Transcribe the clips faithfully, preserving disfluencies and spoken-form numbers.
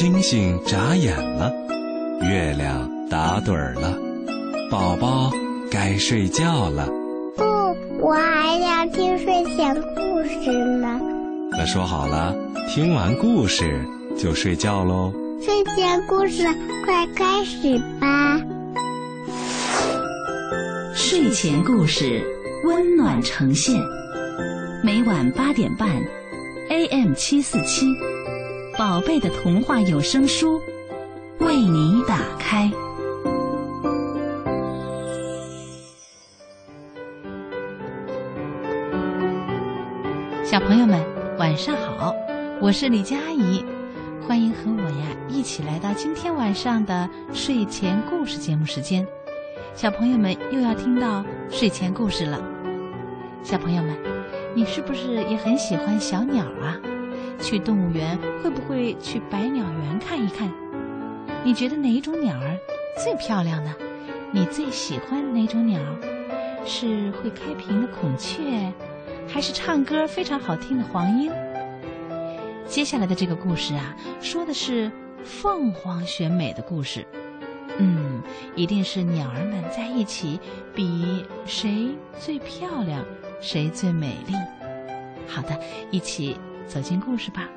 星星眨眼了，月亮打盹儿了，宝宝该睡觉了。 不，我还要听睡前故事呢。 那说好了，听完故事就睡觉喽。 睡前故事快开始吧。 睡前故事温暖呈现，每晚八点半 A M 七四七，宝贝的童话有声书为你打开。小朋友们晚上好，我是李佳阿姨，欢迎和我呀一起来到今天晚上的睡前故事节目时间。小朋友们又要听到睡前故事了。小朋友们，你是不是也很喜欢小鸟啊？去动物园会不会去百鸟园看一看？你觉得哪一种鸟儿最漂亮呢？你最喜欢哪种鸟？是会开屏的孔雀，还是唱歌非常好听的黄莺？接下来的这个故事啊，说的是凤凰选美的故事。嗯，一定是鸟儿们在一起比谁最漂亮，谁最美丽。好的，一起走进故事吧。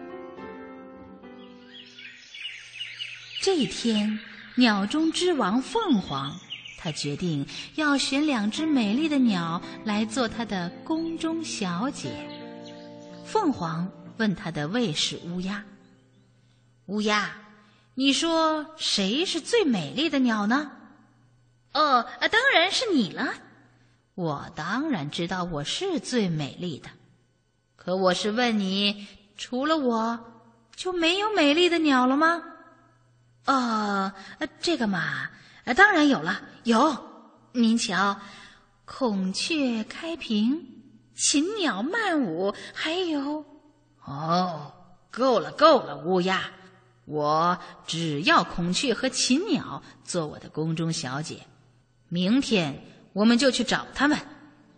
这一天，鸟中之王凤凰，他决定要选两只美丽的鸟来做他的宫中小姐。凤凰问他的卫士乌鸦：乌鸦，你说谁是最美丽的鸟呢？哦，当然是你了。我当然知道我是最美丽的，可我是问你，除了我就没有美丽的鸟了吗？呃，这个嘛，当然有了，有。您瞧，孔雀开屏，禽鸟漫舞，还有……哦，够了够了，乌鸦，我只要孔雀和禽鸟做我的宫中小姐，明天我们就去找他们。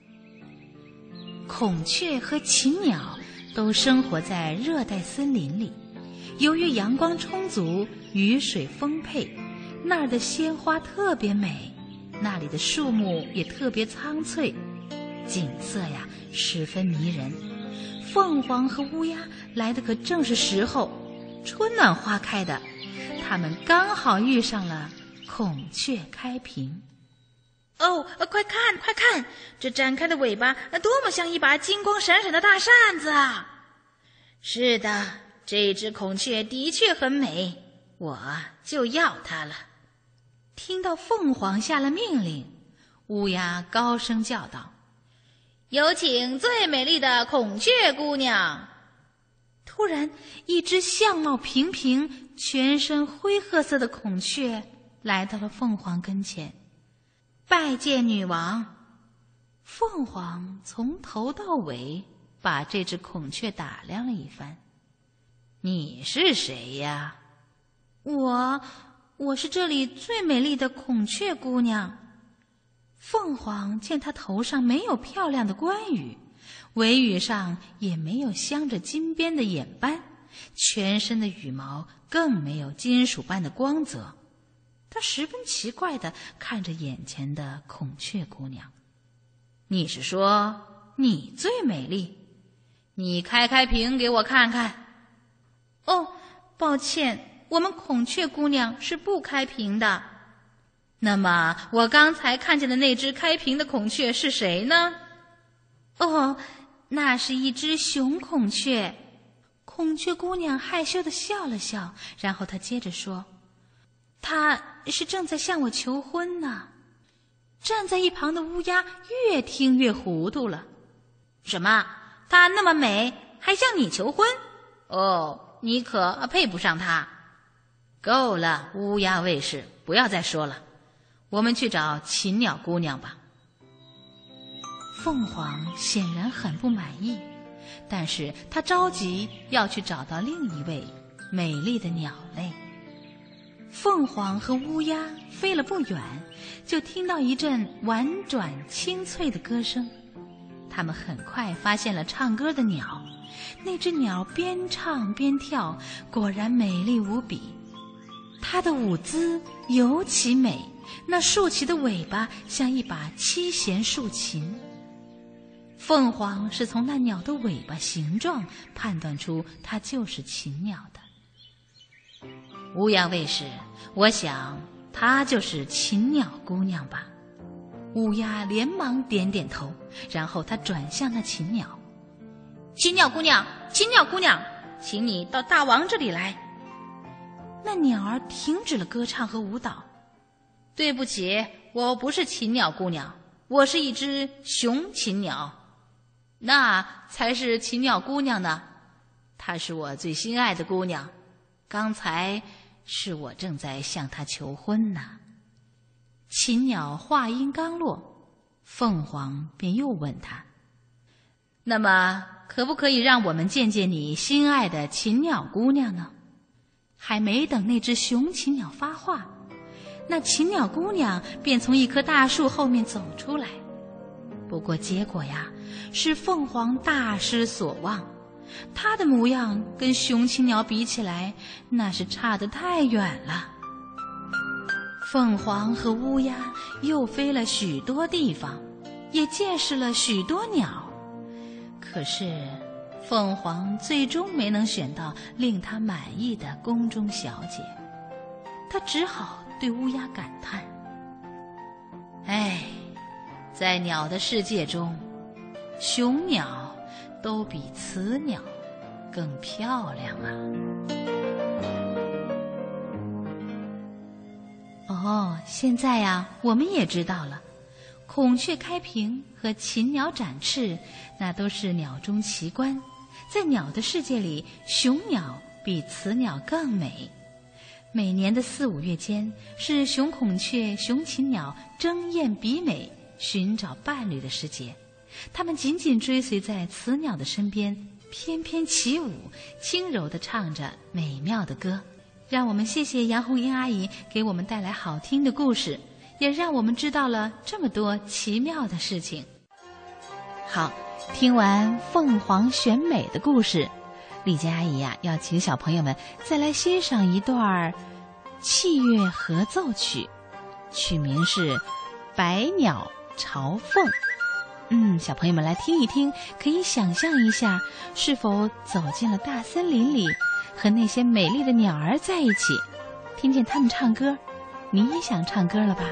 孔雀和禽鸟都生活在热带森林里，由于阳光充足，雨水丰沛，那儿的鲜花特别美，那里的树木也特别苍翠，景色呀十分迷人。凤凰和乌鸦来的可正是时候，春暖花开的，他们刚好遇上了孔雀开屏。哦，快看快看，这展开的尾巴多么像一把金光闪闪的大扇子啊！是的，这只孔雀的确很美，我就要它了。听到凤凰下了命令，乌鸦高声叫道：有请最美丽的孔雀姑娘。突然，一只相貌平平、全身灰褐色的孔雀来到了凤凰跟前。拜见女王。凤凰从头到尾把这只孔雀打量了一番。你是谁呀？我，我是这里最美丽的孔雀姑娘。凤凰见她头上没有漂亮的冠羽，尾羽上也没有镶着金边的眼斑，全身的羽毛更没有金属般的光泽。他十分奇怪地看着眼前的孔雀姑娘。你是说你最美丽？你开开屏给我看看。哦，抱歉，我们孔雀姑娘是不开屏的。那么我刚才看见的那只开屏的孔雀是谁呢？哦，那是一只雄孔雀。孔雀姑娘害羞地笑了笑，然后她接着说：她是正在向我求婚呢。站在一旁的乌鸦越听越糊涂了。什么？她那么美，还向你求婚？哦，你可配不上她。够了，乌鸦卫士，不要再说了，我们去找禽鸟姑娘吧。凤凰显然很不满意，但是他着急要去找到另一位美丽的鸟类。凤凰和乌鸦飞了不远，就听到一阵婉转清脆的歌声。他们很快发现了唱歌的鸟， 那只鸟边唱边跳，果然美丽无比。它的舞姿尤其美，那竖起的尾巴像一把七弦竖琴。凤凰是从那鸟的尾巴形状判断出它就是禽鸟的。乌鸦卫士，我想她就是禽鸟姑娘吧。乌鸦连忙点点头，然后他转向那禽鸟：禽鸟姑娘，禽鸟姑娘，请你到大王这里来。那鸟儿停止了歌唱和舞蹈。对不起，我不是禽鸟姑娘，我是一只雄禽鸟。那才是禽鸟姑娘呢，她是我最心爱的姑娘，刚才是我正在向她求婚呢。禽鸟话音刚落，凤凰便又问他：那么可不可以让我们见见你心爱的禽鸟姑娘呢？还没等那只雄禽鸟发话，那禽鸟姑娘便从一棵大树后面走出来。不过结果呀，是凤凰大失所望，她的模样跟雄禽鸟比起来，那是差得太远了。凤凰和乌鸦又飞了许多地方，也见识了许多鸟，可是凤凰最终没能选到令她满意的宫中小姐，她只好对乌鸦感叹：哎，在鸟的世界中，雄鸟都比雌鸟更漂亮啊。哦，现在呀，我们也知道了，孔雀开屏和禽鸟展翅，那都是鸟中奇观。在鸟的世界里，雄鸟比雌鸟更美。每年的四五月间，是雄孔雀、雄禽鸟争艳比美、寻找伴侣的时节。它们紧紧追随在雌鸟的身边，翩翩起舞，轻柔地唱着美妙的歌。让我们谢谢杨红英阿姨给我们带来好听的故事，也让我们知道了这么多奇妙的事情。好，听完凤凰选美的故事，丽佳阿姨呀、啊、要请小朋友们再来欣赏一段器乐合奏曲，曲名是《百鸟朝凤》。嗯，小朋友们来听一听，可以想象一下，是否走进了大森林里，和那些美丽的鸟儿在一起，听见他们唱歌，你也想唱歌了吧？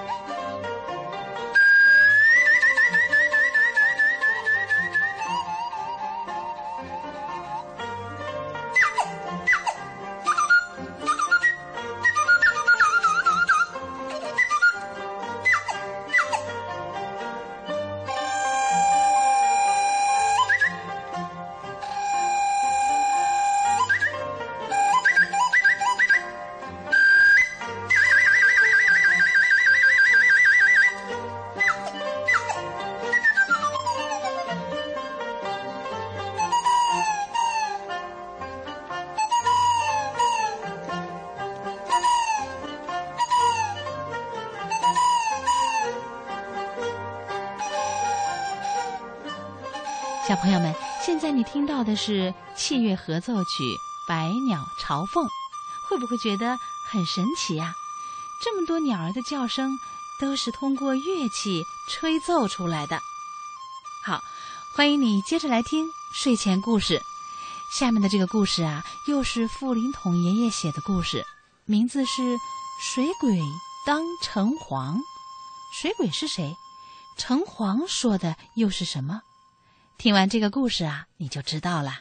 小朋友们，现在你听到的是器乐合奏曲《百鸟朝凤》，会不会觉得很神奇呀？这么多鸟儿的叫声都是通过乐器吹奏出来的。好，欢迎你接着来听睡前故事。下面的这个故事啊，又是傅林统爷爷写的故事，名字是《水鬼当城隍》。水鬼是谁？城隍说的又是什么？听完这个故事啊，你就知道了。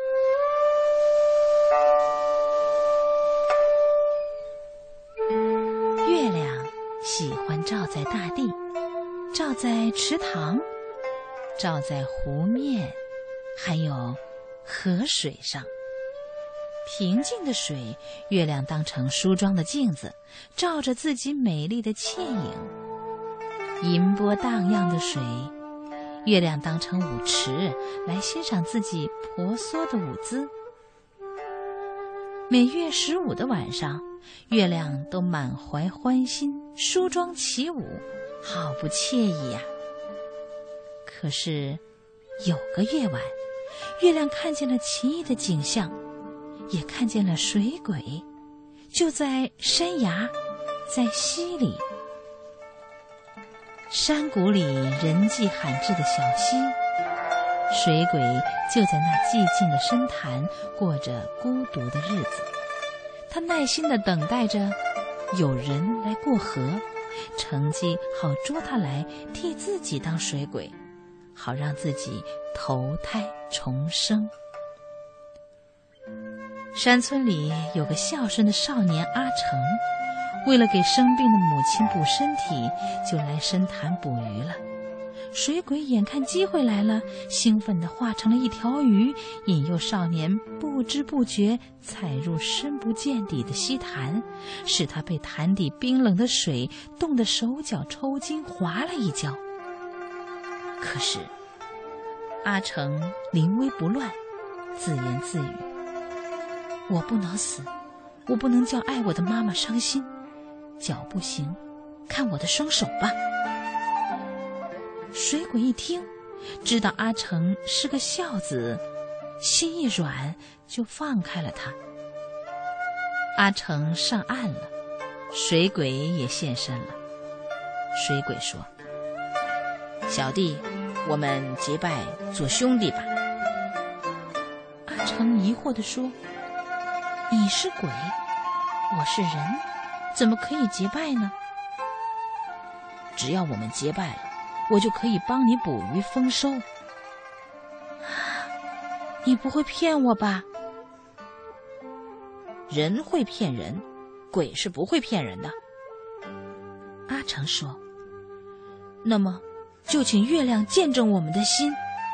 月亮喜欢照在大地，照在池塘，照在湖面，还有河水上。平静的水，月亮当成梳妆的镜子，照着自己美丽的倩影。银波荡漾的水，月亮当成舞池，来欣赏自己婆娑的舞姿。每月十五的晚上，月亮都满怀欢欣，梳妆起舞，好不惬意呀、啊。可是有个夜晚， 月亮看见了奇异的景象，也看见了水鬼，就在山崖，在溪里。山谷里人迹罕至的小溪，水鬼就在那寂静的深潭过着孤独的日子。他耐心地等待着有人来过河，乘机好捉他来替自己当水鬼，好让自己投胎重生。山村里有个孝顺的少年阿成，为了给生病的母亲补身体，就来深潭捕鱼了。水鬼眼看机会来了，兴奋地化成了一条鱼，引诱少年不知不觉踩入深不见底的溪潭，使他被潭底冰冷的水冻得手脚抽筋，滑了一跤。可是阿成临危不乱，自言自语：我不能死，我不能叫爱我的妈妈伤心，脚不行，看我的双手吧。水鬼一听，知道阿成是个孝子，心一软，就放开了他。阿成上岸了，水鬼也现身了。水鬼说：小弟，我们结拜做兄弟吧。阿成疑惑地说：你是鬼，我是人，怎么可以结拜呢？只要我们结拜了，我就可以帮你捕鱼丰收。你不会骗我吧？人会骗人，鬼是不会骗人的。阿成说：那么就请月亮见证我们的心。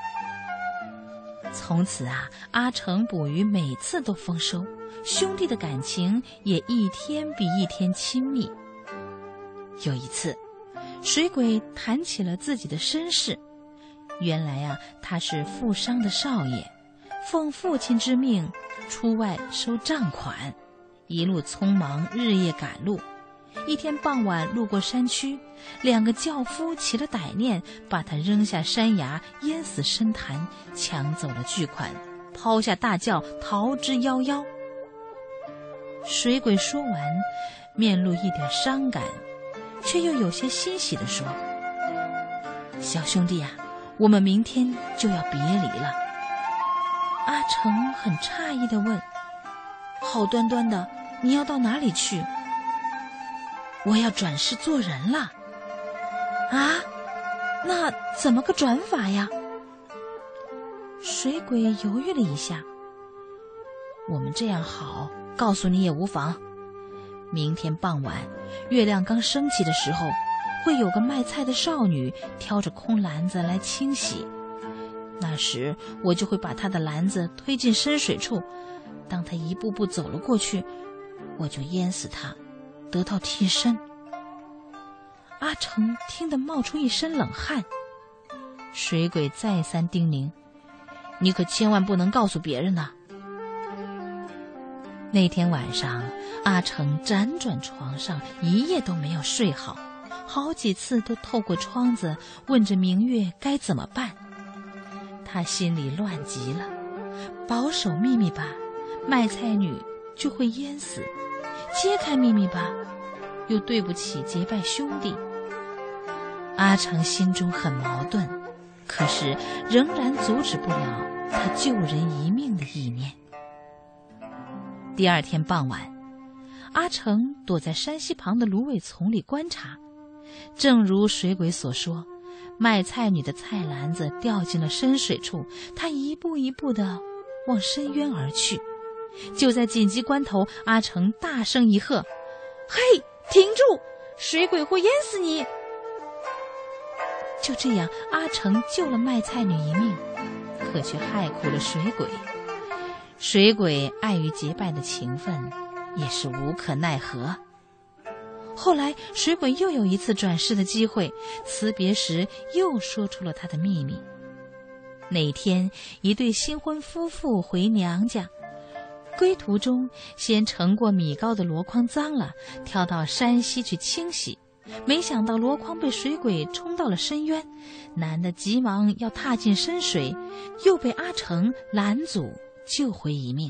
从此啊，阿成捕鱼每次都丰收，兄弟的感情也一天比一天亲密。有一次，水鬼谈起了自己的身世。原来啊，他是富商的少爷，奉父亲之命出外收账款，一路匆忙，日夜赶路。一天傍晚路过山区，两个轿夫起了歹念，把他扔下山崖，淹死深潭，抢走了巨款，抛下大轿逃之夭夭。水鬼说完，面露一点伤感，却又有些欣喜地说：小兄弟啊，我们明天就要别离了。阿成很诧异地问：好端端的，你要到哪里去？我要转世做人了。啊，那怎么个转法呀？水鬼犹豫了一下：我们这样好，告诉你也无妨。明天傍晚，月亮刚升起的时候，会有个卖菜的少女挑着空篮子来清洗。那时我就会把她的篮子推进深水处，当她一步步走了过去，我就淹死她，得到替身。阿成听得冒出一身冷汗。水鬼再三叮咛：你可千万不能告诉别人呐。那天晚上，阿成辗转床上，一夜都没有睡好，好几次都透过窗子问着明月该怎么办。他心里乱极了，保守秘密吧，卖菜女就会淹死；揭开秘密吧，又对不起结拜兄弟。阿成心中很矛盾，可是仍然阻止不了他救人一命的意念。第二天傍晚，阿成躲在山溪旁的芦苇丛里观察。正如水鬼所说，卖菜女的菜篮子掉进了深水处，他一步一步地往深渊而去。就在紧急关头，阿成大声一喝：嘿，停住！水鬼会淹死你！就这样，阿成救了卖菜女一命，可却害苦了水鬼。水鬼碍于结拜的情分，也是无可奈何。后来水鬼又有一次转世的机会，辞别时又说出了他的秘密。那天，一对新婚夫妇回娘家，归途中先盛过米糕的箩筐脏了，挑到山溪去清洗。 没想到箩筐被水鬼冲到了深渊，男的急忙要踏进深水，又被阿成拦阻，救回一命。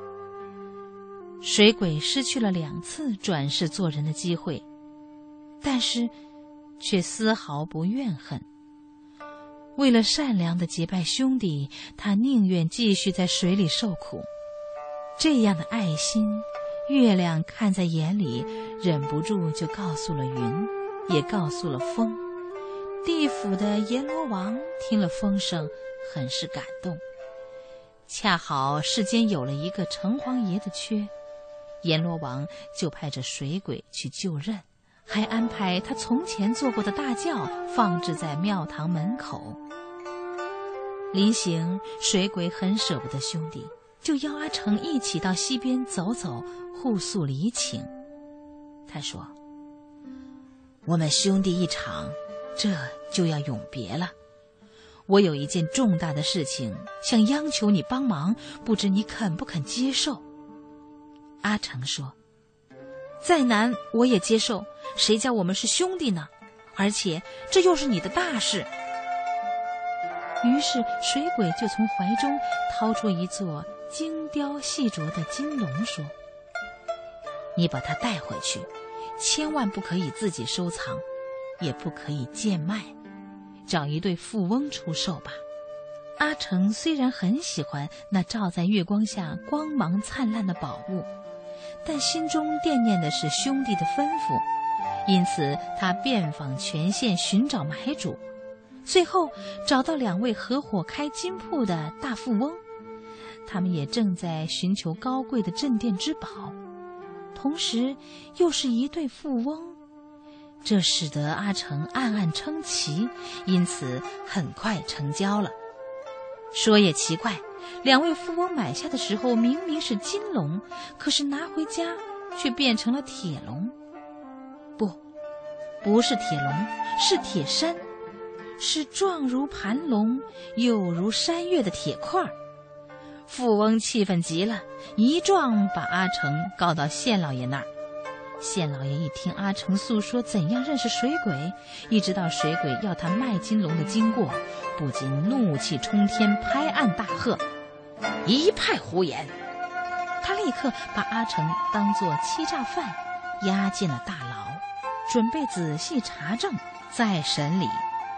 水鬼失去了两次转世做人的机会，但是却丝毫不怨恨。为了善良的结拜兄弟，他宁愿继续在水里受苦。这样的爱心，月亮看在眼里，忍不住就告诉了云，也告诉了风。地府的阎罗王听了风声，很是感动。恰好世间有了一个城隍爷的缺，阎罗王就派着水鬼去就任，还安排他从前做过的大轿放置在庙堂门口。临行，水鬼很舍不得兄弟，就邀阿成一起到溪边走走，互诉离情。他说：我们兄弟一场，这就要永别了。我有一件重大的事情想央求你帮忙，不知你肯不肯接受？阿成说：再难我也接受，谁叫我们是兄弟呢？而且这又是你的大事。于是水鬼就从怀中掏出一座精雕细琢的金龙，说：你把它带回去，千万不可以自己收藏，也不可以贱卖，找一对富翁出售吧。阿成虽然很喜欢那照在月光下光芒灿烂的宝物，但心中惦念的是兄弟的吩咐，因此他遍访全县寻找买主，最后找到两位合伙开金铺的大富翁，他们也正在寻求高贵的镇店之宝，同时又是一对富翁，这使得阿成暗暗称奇，因此很快成交了。说也奇怪，两位富翁买下的时候明明是金龙，可是拿回家却变成了铁龙。不，不是铁龙，是铁山，是状如盘龙又如山岳的铁块。富翁气愤极了，一状把阿成告到县老爷那儿。县老爷一听阿成诉说怎样认识水鬼，一知道水鬼要他卖金龙的经过，不禁怒气冲天，拍案大喝：一派胡言！他立刻把阿成当作欺诈犯押进了大牢，准备仔细查证再审理。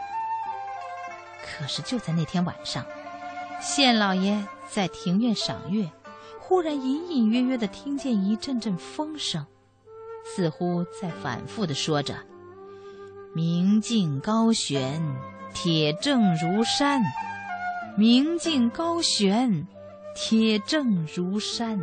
可是就在那天晚上，县老爷在庭院赏月，忽然隐隐约约地听见一阵阵风声，似乎在反复地说着：明镜高悬，铁证如山；明镜高悬，铁证如山。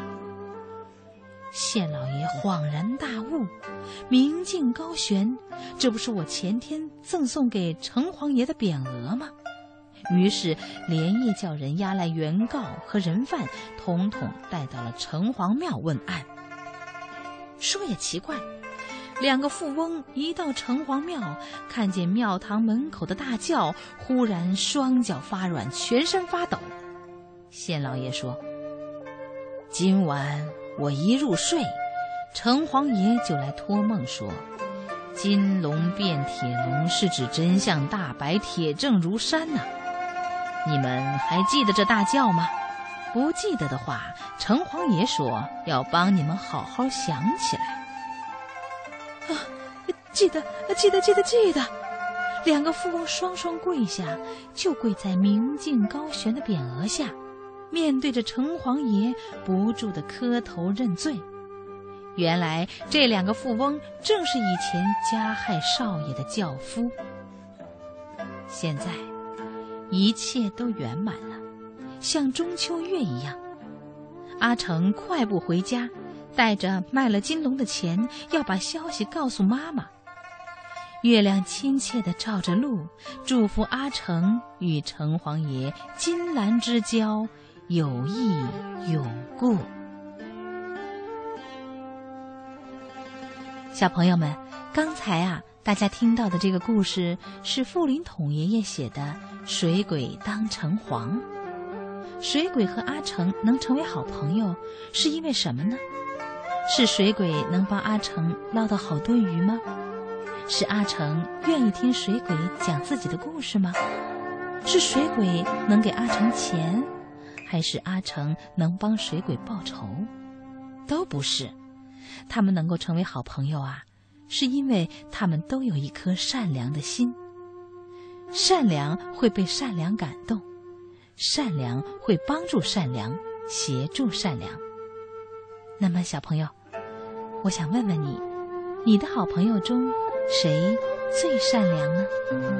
县老爷恍然大悟，明镜高悬，这不是我前天赠送给城隍爷的匾额吗？于是连夜叫人押来原告和人犯，统统带到了城隍庙问案。说也奇怪，两个富翁一到城隍庙，看见庙堂门口的大轿，忽然双脚发软，全身发抖。县老爷说：今晚我一入睡，城隍爷就来托梦说，金龙变铁龙是指真相大白，铁证如山呐、啊。你们还记得这大轿吗？不记得的话，城隍爷说要帮你们好好想起来。啊，记得，记得，记得，记得！两个富翁双双跪下，就跪在明镜高悬的匾额下，面对着城隍爷，不住地磕头认罪。原来这两个富翁正是以前加害少爷的轿夫。现在一切都圆满了，像中秋月一样。阿成快步回家，带着卖了金龙的钱，要把消息告诉妈妈。月亮亲切地照着路，祝福阿成与城隍爷金兰之交，友谊永固。小朋友们，刚才啊，大家听到的这个故事是富临统爷爷写的《水鬼当城隍》。水鬼和阿成能成为好朋友，是因为什么呢？是水鬼能帮阿成捞到好多鱼吗？ 是阿成愿意听水鬼讲自己的故事吗？是水鬼能给阿成钱，还是阿成能帮水鬼报仇？都不是。他们能够成为好朋友啊，是因为他们都有一颗善良的心。善良会被善良感动，善良会帮助善良，协助善良。那么小朋友，我想问问你，你的好朋友中谁最善良呢？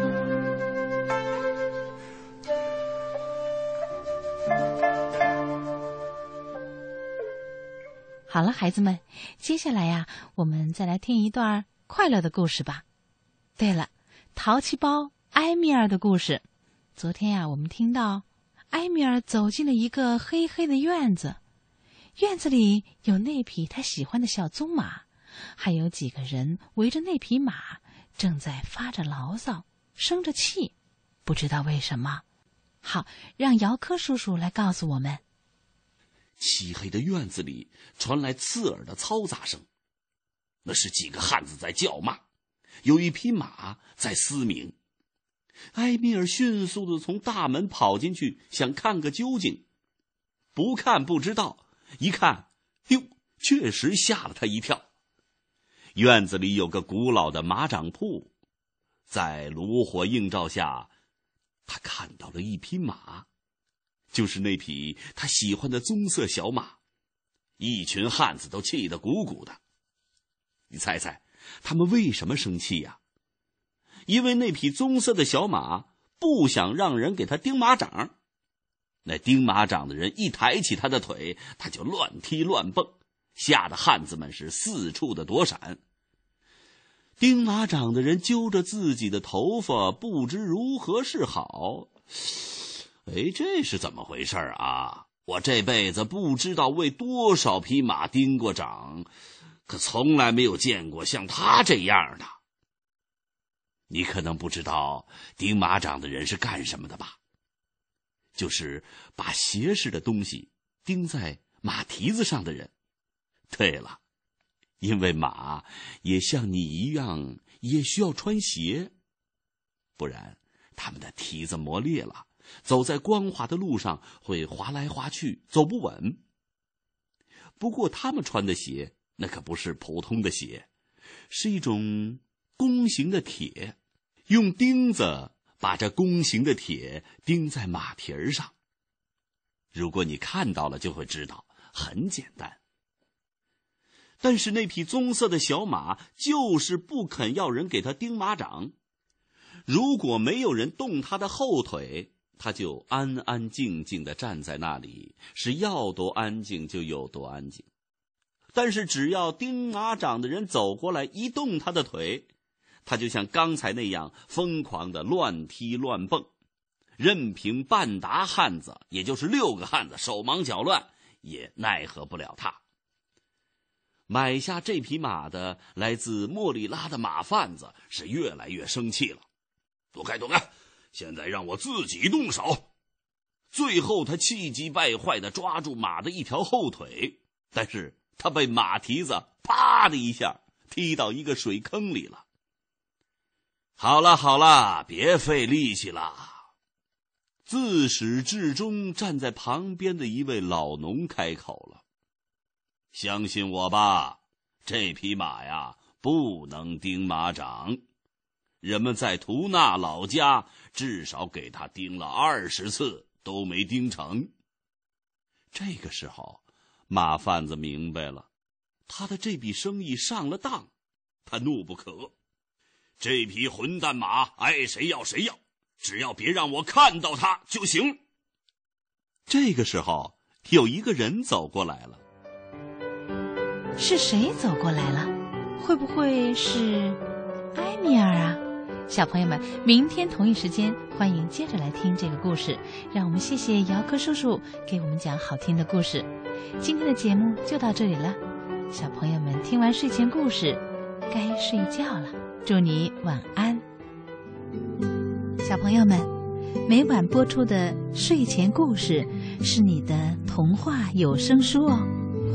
好了，孩子们，接下来呀，我们再来听一段快乐的故事吧。对了，淘气包埃米尔的故事。昨天呀，我们听到埃米尔走进了一个黑黑的院子，院子里有那匹他喜欢的小棕马，还有几个人围着那匹马，正在发着牢骚，生着气，不知道为什么。好，让姚科叔叔来告诉我们。 漆黑的院子里传来刺耳的嘈杂声，那是几个汉子在叫骂，有一匹马在嘶鸣。埃米尔迅速地从大门跑进去，想看个究竟。不看不知道，一看，哟，确实吓了他一跳。院子里有个古老的马掌铺，在炉火映照下，他看到了一匹马，就是那匹他喜欢的棕色小马。一群汉子都气得鼓鼓的。你猜猜，他们为什么生气呀？因为那匹棕色的小马不想让人给他钉马掌。那钉马掌的人一抬起他的腿，他就乱踢乱蹦，吓得汉子们是四处的躲闪。钉马掌的人揪着自己的头发，不知如何是好。哎，这是怎么回事啊？我这辈子不知道为多少匹马钉过掌，可从来没有见过像他这样的。你可能不知道钉马掌的人是干什么的吧？就是把斜视的东西钉在马蹄子上的人。对了，因为马也像你一样也需要穿鞋，不然他们的蹄子磨裂了，走在光滑的路上会滑来滑去，走不稳。不过他们穿的鞋那可不是普通的鞋，是一种弓形的铁，用钉子把这弓形的铁钉在马蹄儿上。如果你看到了就会知道，很简单。但是那匹棕色的小马就是不肯要人给他钉马掌。如果没有人动他的后腿，他就安安静静地站在那里，是要多安静就有多安静。但是只要钉马掌的人走过来一动他的腿，他就像刚才那样疯狂地乱踢乱蹦，任凭半打汉子，也就是六个汉子手忙脚乱，也奈何不了他。买下这匹马的来自莫里拉的马贩子是越来越生气了。躲开躲开，现在让我自己动手。最后他气急败坏地抓住马的一条后腿，但是他被马蹄子啪的一下踢到一个水坑里了。好了好了，别费力气了。自始至终站在旁边的一位老农开口了。相信我吧，这匹马呀不能钉马掌。人们在图纳老家至少给他钉了二十次都没钉成。这个时候马贩子明白了，他的这笔生意上了当，他怒不可。这匹混蛋马爱谁要谁要，只要别让我看到他就行。这个时候有一个人走过来了。 是谁走过来了？会不会是埃米尔啊？小朋友们，明天同一时间欢迎接着来听这个故事。让我们谢谢姚科叔叔给我们讲好听的故事。今天的节目就到这里了，小朋友们听完睡前故事该睡觉了，祝你晚安。小朋友们，每晚播出的睡前故事是你的童话有声书哦，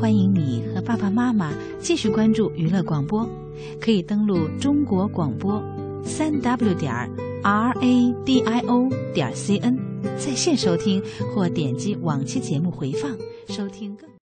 欢迎你和爸爸妈妈继续关注娱乐广播，可以登录中国广播三 w 点 r a d i o 点 c n 在线收听，或点击往期节目回放收听更。